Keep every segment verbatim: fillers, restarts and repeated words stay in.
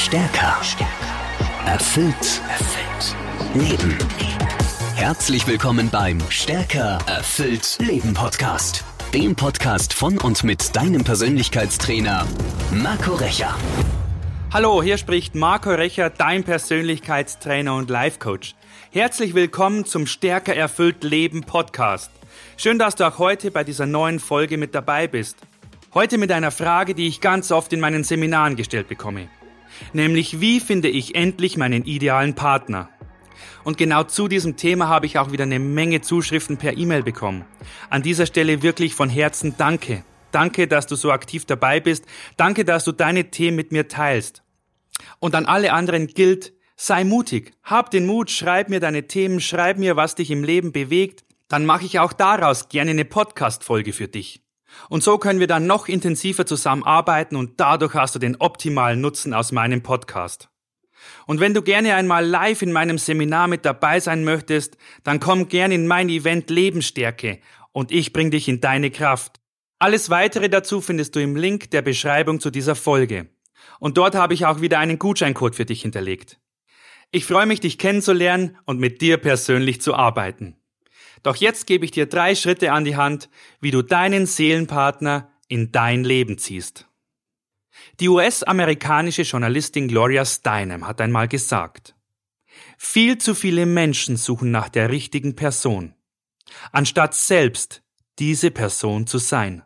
Stärker. Erfüllt. Erfüllt. Leben. Herzlich willkommen beim Stärker. Erfüllt. Leben Podcast. Dem Podcast von und mit deinem Persönlichkeitstrainer Marco Recher. Hallo, hier spricht Marco Recher, dein Persönlichkeitstrainer und Life-Coach. Herzlich willkommen zum Stärker erfüllt Leben Podcast. Schön, dass du auch heute bei dieser neuen Folge mit dabei bist. Heute mit einer Frage, die ich ganz oft in meinen Seminaren gestellt bekomme. Nämlich, wie finde ich endlich meinen idealen Partner? Und genau zu diesem Thema habe ich auch wieder eine Menge Zuschriften per E-Mail bekommen. An dieser Stelle wirklich von Herzen danke. Danke, dass du so aktiv dabei bist. Danke, dass du deine Themen mit mir teilst. Und an alle anderen gilt, sei mutig. Hab den Mut, schreib mir deine Themen, schreib mir, was dich im Leben bewegt. Dann mache ich auch daraus gerne eine Podcast-Folge für dich. Und so können wir dann noch intensiver zusammenarbeiten und dadurch hast du den optimalen Nutzen aus meinem Podcast. Und wenn du gerne einmal live in meinem Seminar mit dabei sein möchtest, dann komm gerne in mein Event Lebensstärke und ich bring dich in deine Kraft. Alles weitere dazu findest du im Link der Beschreibung zu dieser Folge. Und dort habe ich auch wieder einen Gutscheincode für dich hinterlegt. Ich freue mich, dich kennenzulernen und mit dir persönlich zu arbeiten. Doch jetzt gebe ich dir drei Schritte an die Hand, wie du deinen Seelenpartner in dein Leben ziehst. Die U S-amerikanische Journalistin Gloria Steinem hat einmal gesagt: Viel zu viele Menschen suchen nach der richtigen Person, anstatt selbst diese Person zu sein.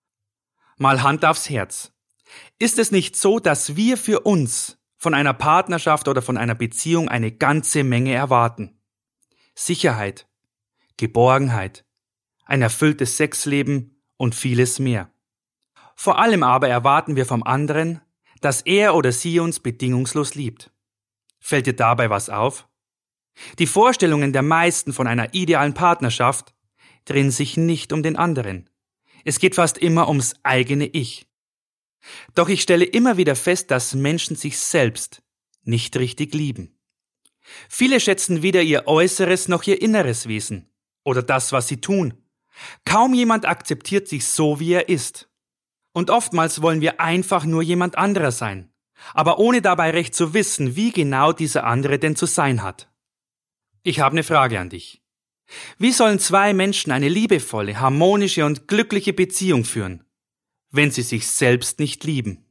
Mal Hand aufs Herz. Ist es nicht so, dass wir für uns von einer Partnerschaft oder von einer Beziehung eine ganze Menge erwarten? Sicherheit, Geborgenheit, ein erfülltes Sexleben und vieles mehr. Vor allem aber erwarten wir vom anderen, dass er oder sie uns bedingungslos liebt. Fällt dir dabei was auf? Die Vorstellungen der meisten von einer idealen Partnerschaft drehen sich nicht um den anderen. Es geht fast immer ums eigene Ich. Doch ich stelle immer wieder fest, dass Menschen sich selbst nicht richtig lieben. Viele schätzen weder ihr äußeres noch ihr inneres Wesen oder das, was sie tun. Kaum jemand akzeptiert sich so, wie er ist. Und oftmals wollen wir einfach nur jemand anderer sein, aber ohne dabei recht zu wissen, wie genau dieser andere denn zu sein hat. Ich habe eine Frage an dich. Wie sollen zwei Menschen eine liebevolle, harmonische und glückliche Beziehung führen, wenn sie sich selbst nicht lieben?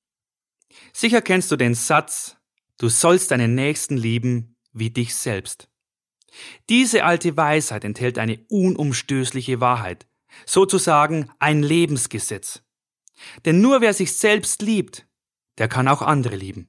Sicher kennst du den Satz, du sollst deinen Nächsten lieben wie dich selbst. Diese alte Weisheit enthält eine unumstößliche Wahrheit, sozusagen ein Lebensgesetz. Denn nur wer sich selbst liebt, der kann auch andere lieben.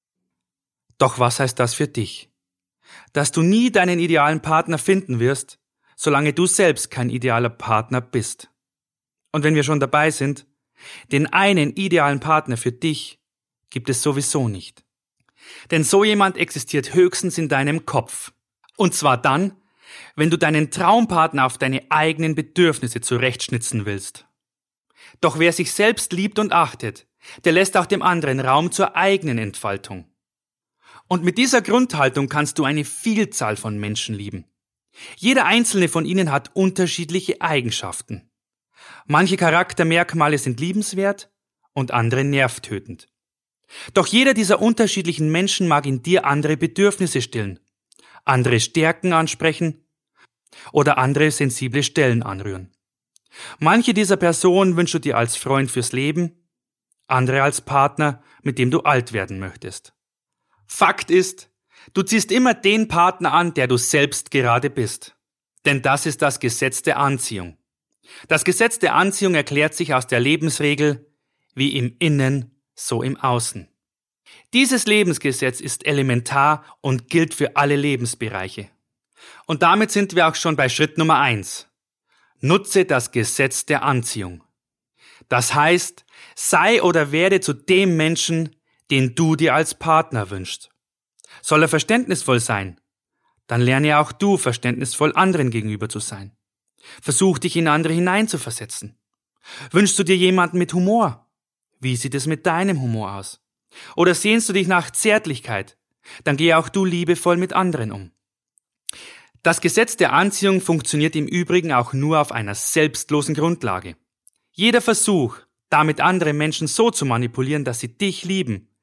Doch was heißt das für dich? Dass du nie deinen idealen Partner finden wirst, solange du selbst kein idealer Partner bist. Und wenn wir schon dabei sind, den einen idealen Partner für dich gibt es sowieso nicht. Denn so jemand existiert höchstens in deinem Kopf. Und zwar dann, wenn du deinen Traumpartner auf deine eigenen Bedürfnisse zurechtschnitzen willst. Doch wer sich selbst liebt und achtet, der lässt auch dem anderen Raum zur eigenen Entfaltung. Und mit dieser Grundhaltung kannst du eine Vielzahl von Menschen lieben. Jeder einzelne von ihnen hat unterschiedliche Eigenschaften. Manche Charaktermerkmale sind liebenswert und andere nervtötend. Doch jeder dieser unterschiedlichen Menschen mag in dir andere Bedürfnisse stillen, andere Stärken ansprechen oder andere sensible Stellen anrühren. Manche dieser Personen wünschst du dir als Freund fürs Leben, andere als Partner, mit dem du alt werden möchtest. Fakt ist, du ziehst immer den Partner an, der du selbst gerade bist. Denn das ist das Gesetz der Anziehung. Das Gesetz der Anziehung erklärt sich aus der Lebensregel, wie im Innen, so im Außen. Dieses Lebensgesetz ist elementar und gilt für alle Lebensbereiche. Und damit sind wir auch schon bei Schritt Nummer eins. Nutze das Gesetz der Anziehung. Das heißt, sei oder werde zu dem Menschen, den du dir als Partner wünschst. Soll er verständnisvoll sein? Dann lerne auch du, verständnisvoll anderen gegenüber zu sein. Versuch dich in andere hineinzuversetzen. Wünschst du dir jemanden mit Humor? Wie sieht es mit deinem Humor aus? Oder sehnst du dich nach Zärtlichkeit? Dann gehe auch du liebevoll mit anderen um. Das Gesetz der Anziehung funktioniert im Übrigen auch nur auf einer selbstlosen Grundlage. Jeder Versuch, damit andere Menschen so zu manipulieren, dass sie dich lieben,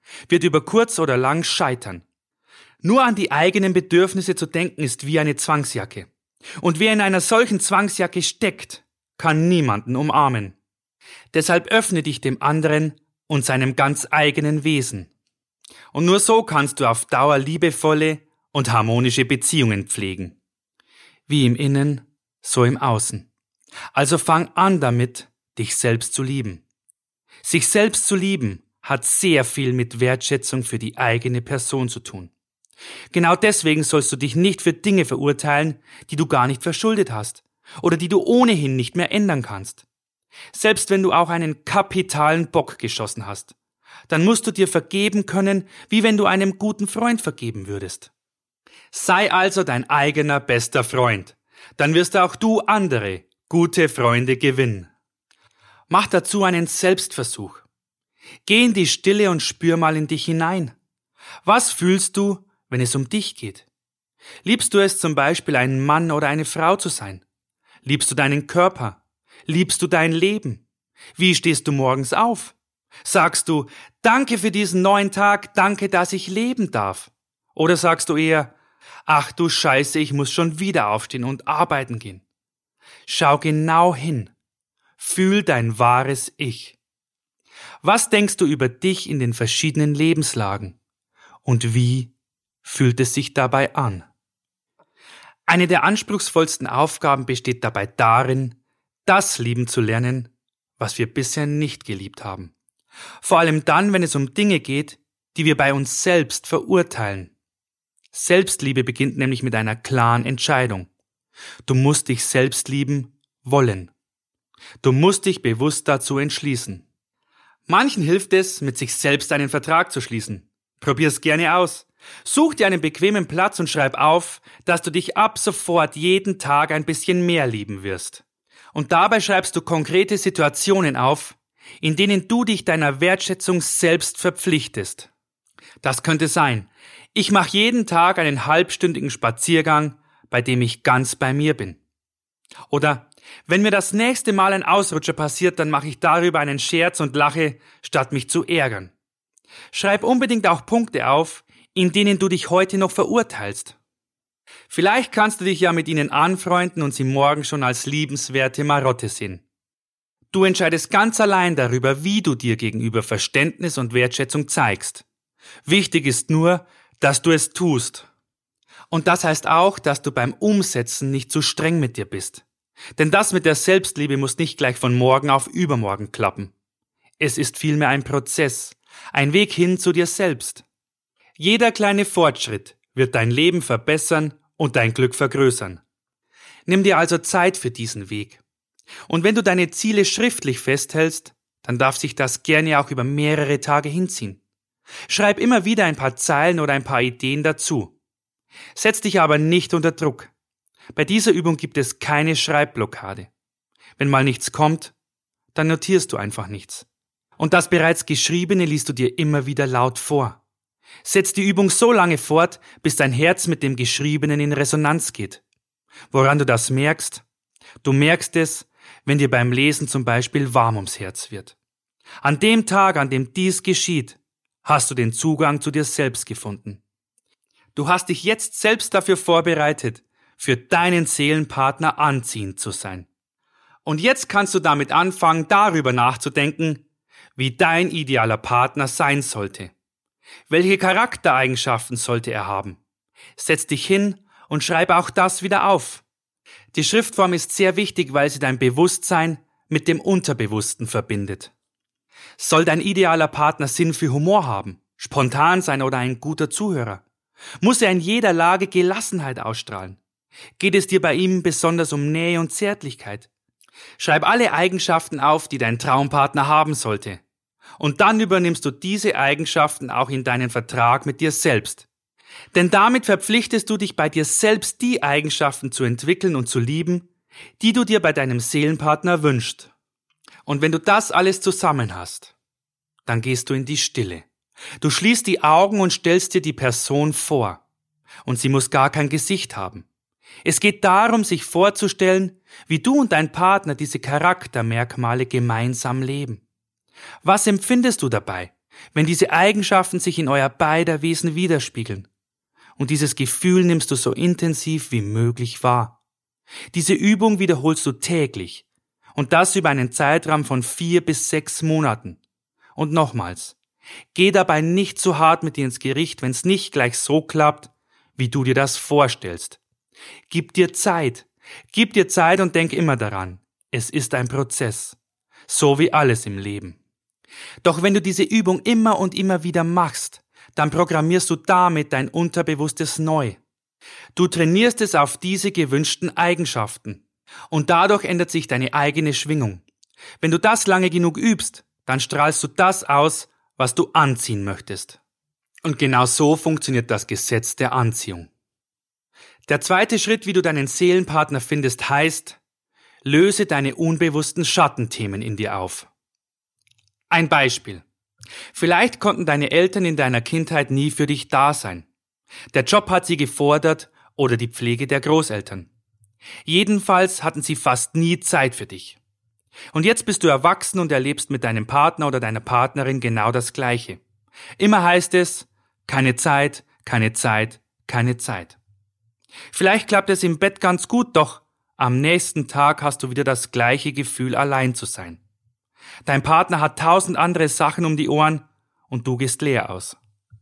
wird über kurz oder lang scheitern. Nur an die eigenen Bedürfnisse zu denken ist wie eine Zwangsjacke. Und wer in einer solchen Zwangsjacke steckt, kann niemanden umarmen. Deshalb öffne dich dem anderen und seinem ganz eigenen Wesen. Und nur so kannst du auf Dauer liebevolle und harmonische Beziehungen pflegen. Wie im Innen, so im Außen. Also fang an damit, dich selbst zu lieben. Sich selbst zu lieben hat sehr viel mit Wertschätzung für die eigene Person zu tun. Genau deswegen sollst du dich nicht für Dinge verurteilen, die du gar nicht verschuldet hast oder die du ohnehin nicht mehr ändern kannst. Selbst wenn du auch einen kapitalen Bock geschossen hast, dann musst du dir vergeben können, wie wenn du einem guten Freund vergeben würdest. Sei also dein eigener bester Freund, dann wirst auch du andere gute Freunde gewinnen. Mach dazu einen Selbstversuch. Geh in die Stille und spür mal in dich hinein. Was fühlst du, wenn es um dich geht? Liebst du es zum Beispiel, ein Mann oder eine Frau zu sein? Liebst du deinen Körper? Liebst du dein Leben? Wie stehst du morgens auf? Sagst du, danke für diesen neuen Tag, danke, dass ich leben darf? Oder sagst du eher, ach du Scheiße, ich muss schon wieder aufstehen und arbeiten gehen? Schau genau hin. Fühl dein wahres Ich. Was denkst du über dich in den verschiedenen Lebenslagen? Und wie fühlt es sich dabei an? Eine der anspruchsvollsten Aufgaben besteht dabei darin, das lieben zu lernen, was wir bisher nicht geliebt haben. Vor allem dann, wenn es um Dinge geht, die wir bei uns selbst verurteilen. Selbstliebe beginnt nämlich mit einer klaren Entscheidung. Du musst dich selbst lieben wollen. Du musst dich bewusst dazu entschließen. Manchen hilft es, mit sich selbst einen Vertrag zu schließen. Probier's gerne aus. Such dir einen bequemen Platz und schreib auf, dass du dich ab sofort jeden Tag ein bisschen mehr lieben wirst. Und dabei schreibst du konkrete Situationen auf, in denen du dich deiner Wertschätzung selbst verpflichtest. Das könnte sein: Ich mache jeden Tag einen halbstündigen Spaziergang, bei dem ich ganz bei mir bin. Oder wenn mir das nächste Mal ein Ausrutscher passiert, dann mache ich darüber einen Scherz und lache, statt mich zu ärgern. Schreib unbedingt auch Punkte auf, in denen du dich heute noch verurteilst. Vielleicht kannst du dich ja mit ihnen anfreunden und sie morgen schon als liebenswerte Marotte sehen. Du entscheidest ganz allein darüber, wie du dir gegenüber Verständnis und Wertschätzung zeigst. Wichtig ist nur, dass du es tust. Und das heißt auch, dass du beim Umsetzen nicht zu streng mit dir bist. Denn das mit der Selbstliebe muss nicht gleich von morgen auf übermorgen klappen. Es ist vielmehr ein Prozess, ein Weg hin zu dir selbst. Jeder kleine Fortschritt wird dein Leben verbessern und dein Glück vergrößern. Nimm dir also Zeit für diesen Weg. Und wenn du deine Ziele schriftlich festhältst, dann darf sich das gerne auch über mehrere Tage hinziehen. Schreib immer wieder ein paar Zeilen oder ein paar Ideen dazu. Setz dich aber nicht unter Druck. Bei dieser Übung gibt es keine Schreibblockade. Wenn mal nichts kommt, dann notierst du einfach nichts. Und das bereits Geschriebene liest du dir immer wieder laut vor. Setz die Übung so lange fort, bis dein Herz mit dem Geschriebenen in Resonanz geht. Woran du das merkst? Du merkst es, wenn dir beim Lesen zum Beispiel warm ums Herz wird. An dem Tag, an dem dies geschieht, hast du den Zugang zu dir selbst gefunden. Du hast dich jetzt selbst dafür vorbereitet, für deinen Seelenpartner anziehend zu sein. Und jetzt kannst du damit anfangen, darüber nachzudenken, wie dein idealer Partner sein sollte. Welche Charaktereigenschaften sollte er haben? Setz dich hin und schreib auch das wieder auf. Die Schriftform ist sehr wichtig, weil sie dein Bewusstsein mit dem Unterbewussten verbindet. Soll dein idealer Partner Sinn für Humor haben, spontan sein oder ein guter Zuhörer? Muss er in jeder Lage Gelassenheit ausstrahlen? Geht es dir bei ihm besonders um Nähe und Zärtlichkeit? Schreib alle Eigenschaften auf, die dein Traumpartner haben sollte. Und dann übernimmst du diese Eigenschaften auch in deinen Vertrag mit dir selbst. Denn damit verpflichtest du dich bei dir selbst, die Eigenschaften zu entwickeln und zu lieben, die du dir bei deinem Seelenpartner wünschst. Und wenn du das alles zusammen hast, dann gehst du in die Stille. Du schließt die Augen und stellst dir die Person vor. Und sie muss gar kein Gesicht haben. Es geht darum, sich vorzustellen, wie du und dein Partner diese Charaktermerkmale gemeinsam leben. Was empfindest du dabei? wenn diese Eigenschaften sich in euer beider Wesen widerspiegeln. Und dieses Gefühl nimmst du so intensiv wie möglich wahr. Diese Übung wiederholst du täglich und das über einen Zeitraum von vier bis sechs Monaten. Und nochmals, geh dabei nicht so hart mit dir ins Gericht, wenn es nicht gleich so klappt, wie du dir das vorstellst. Gib dir Zeit, gib dir Zeit und denk immer daran, es ist ein Prozess, so wie alles im Leben. Doch wenn du diese Übung immer und immer wieder machst, dann programmierst du damit dein Unterbewusstes neu. Du trainierst es auf diese gewünschten Eigenschaften und dadurch ändert sich deine eigene Schwingung. Wenn du das lange genug übst, dann strahlst du das aus, was du anziehen möchtest. Und genau so funktioniert das Gesetz der Anziehung. Der zweite Schritt, wie du deinen Seelenpartner findest, heißt, löse deine unbewussten Schattenthemen in dir auf. Ein Beispiel. Vielleicht konnten deine Eltern in deiner Kindheit nie für dich da sein. Der Job hat sie gefordert oder die Pflege der Großeltern. Jedenfalls hatten sie fast nie Zeit für dich. Und jetzt bist du erwachsen und erlebst mit deinem Partner oder deiner Partnerin genau das Gleiche. Immer heißt es, keine Zeit, keine Zeit, keine Zeit. Vielleicht klappt es im Bett ganz gut, doch am nächsten Tag hast du wieder das gleiche Gefühl, allein zu sein. Dein Partner hat tausend andere Sachen um die Ohren und du gehst leer aus.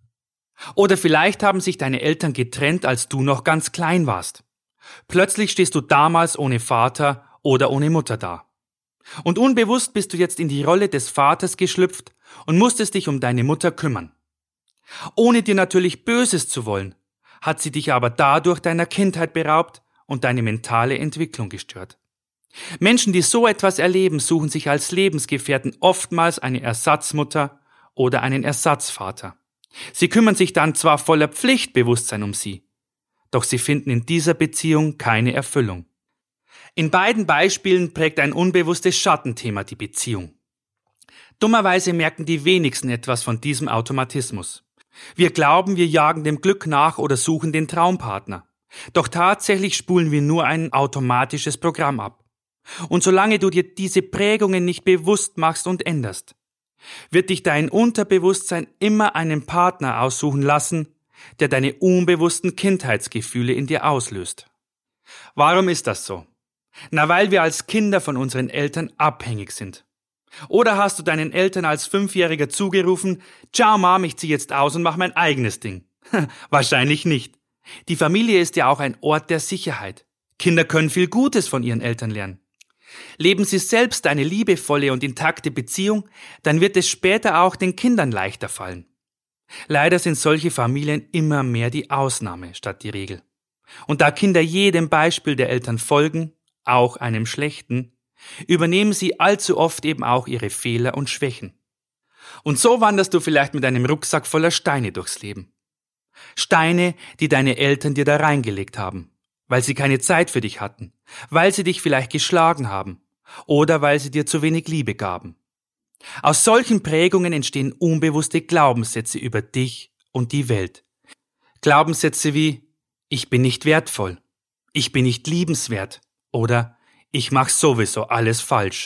Oder vielleicht haben sich deine Eltern getrennt, als du noch ganz klein warst. Plötzlich stehst du damals ohne Vater oder ohne Mutter da. Und unbewusst bist du jetzt in die Rolle des Vaters geschlüpft und musstest dich um deine Mutter kümmern. Ohne dir natürlich Böses zu wollen, hat sie dich aber dadurch deiner Kindheit beraubt und deine mentale Entwicklung gestört. Menschen, die so etwas erleben, suchen sich als Lebensgefährten oftmals eine Ersatzmutter oder einen Ersatzvater. Sie kümmern sich dann zwar voller Pflichtbewusstsein um sie, doch sie finden in dieser Beziehung keine Erfüllung. In beiden Beispielen prägt ein unbewusstes Schattenthema die Beziehung. Dummerweise merken die wenigsten etwas von diesem Automatismus. Wir glauben, wir jagen dem Glück nach oder suchen den Traumpartner. Doch tatsächlich spulen wir nur ein automatisches Programm ab. Und solange du dir diese Prägungen nicht bewusst machst und änderst, wird dich dein Unterbewusstsein immer einen Partner aussuchen lassen, der deine unbewussten Kindheitsgefühle in dir auslöst. Warum ist das so? Na, weil wir als Kinder von unseren Eltern abhängig sind. Oder hast du deinen Eltern als Fünfjähriger zugerufen, ciao Mom, ich zieh jetzt aus und mach mein eigenes Ding? Wahrscheinlich nicht. Die Familie ist ja auch ein Ort der Sicherheit. Kinder können viel Gutes von ihren Eltern lernen. Leben sie selbst eine liebevolle und intakte Beziehung, dann wird es später auch den Kindern leichter fallen. Leider sind solche Familien immer mehr die Ausnahme statt die Regel. Und da Kinder jedem Beispiel der Eltern folgen, auch einem schlechten, übernehmen sie allzu oft eben auch ihre Fehler und Schwächen. Und so wanderst du vielleicht mit einem Rucksack voller Steine durchs Leben. Steine, die deine Eltern dir da reingelegt haben, weil sie keine Zeit für dich hatten, weil sie dich vielleicht geschlagen haben oder weil sie dir zu wenig Liebe gaben. Aus solchen Prägungen entstehen unbewusste Glaubenssätze über dich und die Welt. Glaubenssätze wie, ich bin nicht wertvoll, ich bin nicht liebenswert oder ich mache sowieso alles falsch.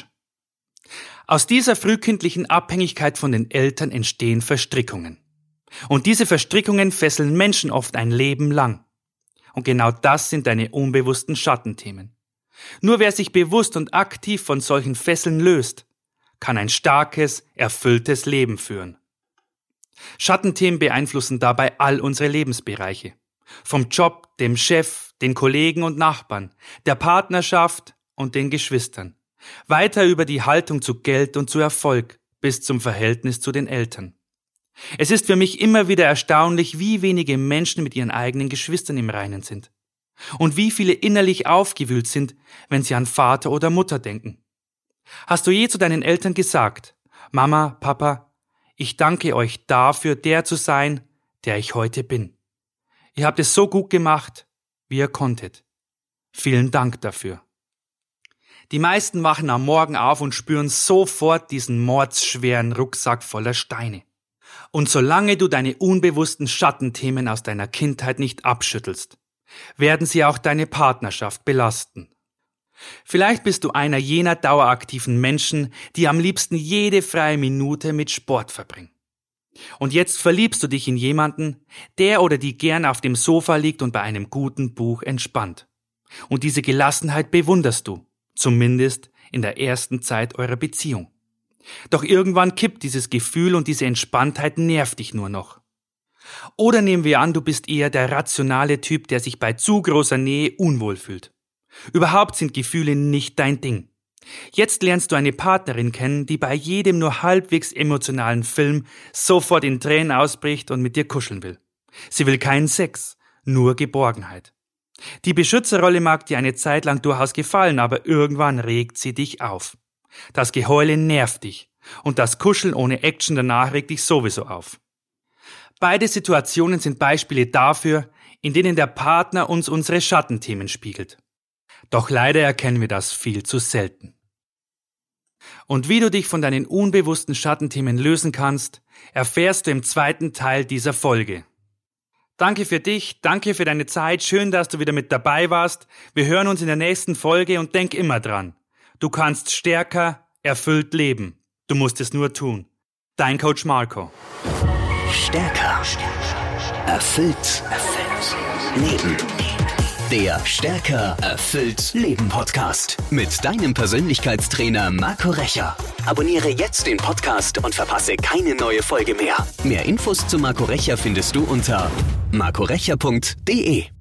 Aus dieser frühkindlichen Abhängigkeit von den Eltern entstehen Verstrickungen. Und diese Verstrickungen fesseln Menschen oft ein Leben lang. Und genau das sind deine unbewussten Schattenthemen. Nur wer sich bewusst und aktiv von solchen Fesseln löst, kann ein starkes, erfülltes Leben führen. Schattenthemen beeinflussen dabei all unsere Lebensbereiche. Vom Job, dem Chef, den Kollegen und Nachbarn, der Partnerschaft und den Geschwistern. Weiter über die Haltung zu Geld und zu Erfolg bis zum Verhältnis zu den Eltern. Es ist für mich immer wieder erstaunlich, wie wenige Menschen mit ihren eigenen Geschwistern im Reinen sind. Und wie viele innerlich aufgewühlt sind, wenn sie an Vater oder Mutter denken. Hast du je zu deinen Eltern gesagt, Mama, Papa, ich danke euch dafür, der zu sein, der ich heute bin. Ihr habt es so gut gemacht, wie ihr konntet. Vielen Dank dafür. Die meisten wachen am Morgen auf und spüren sofort diesen mordsschweren Rucksack voller Steine. Und solange du deine unbewussten Schattenthemen aus deiner Kindheit nicht abschüttelst, werden sie auch deine Partnerschaft belasten. Vielleicht bist du einer jener daueraktiven Menschen, die am liebsten jede freie Minute mit Sport verbringen. Und jetzt verliebst du dich in jemanden, der oder die gern auf dem Sofa liegt und bei einem guten Buch entspannt. Und diese Gelassenheit bewunderst du, zumindest in der ersten Zeit eurer Beziehung. Doch irgendwann kippt dieses Gefühl und diese Entspanntheit nervt dich nur noch. Oder nehmen wir an, du bist eher der rationale Typ, der sich bei zu großer Nähe unwohl fühlt. Überhaupt sind Gefühle nicht dein Ding. Jetzt lernst du eine Partnerin kennen, die bei jedem nur halbwegs emotionalen Film sofort in Tränen ausbricht und mit dir kuscheln will. Sie will keinen Sex, nur Geborgenheit. Die Beschützerrolle mag dir eine Zeit lang durchaus gefallen, aber irgendwann regt sie dich auf. Das Geheule nervt dich und das Kuscheln ohne Action danach regt dich sowieso auf. Beide Situationen sind Beispiele dafür, in denen der Partner uns unsere Schattenthemen spiegelt. Doch leider erkennen wir das viel zu selten. Und wie du dich von deinen unbewussten Schattenthemen lösen kannst, erfährst du im zweiten Teil dieser Folge. Danke für dich, danke für deine Zeit, schön, dass du wieder mit dabei warst. Wir hören uns in der nächsten Folge und denk immer dran. Du kannst stärker, erfüllt leben. Du musst es nur tun. Dein Coach Marco. Stärker, erfüllt, erfüllt, leben. Der Stärker erfüllt Leben Podcast mit deinem Persönlichkeitstrainer Marco Recher. Abonniere jetzt den Podcast und verpasse keine neue Folge mehr. Mehr Infos zu Marco Recher findest du unter marco recher punkt de.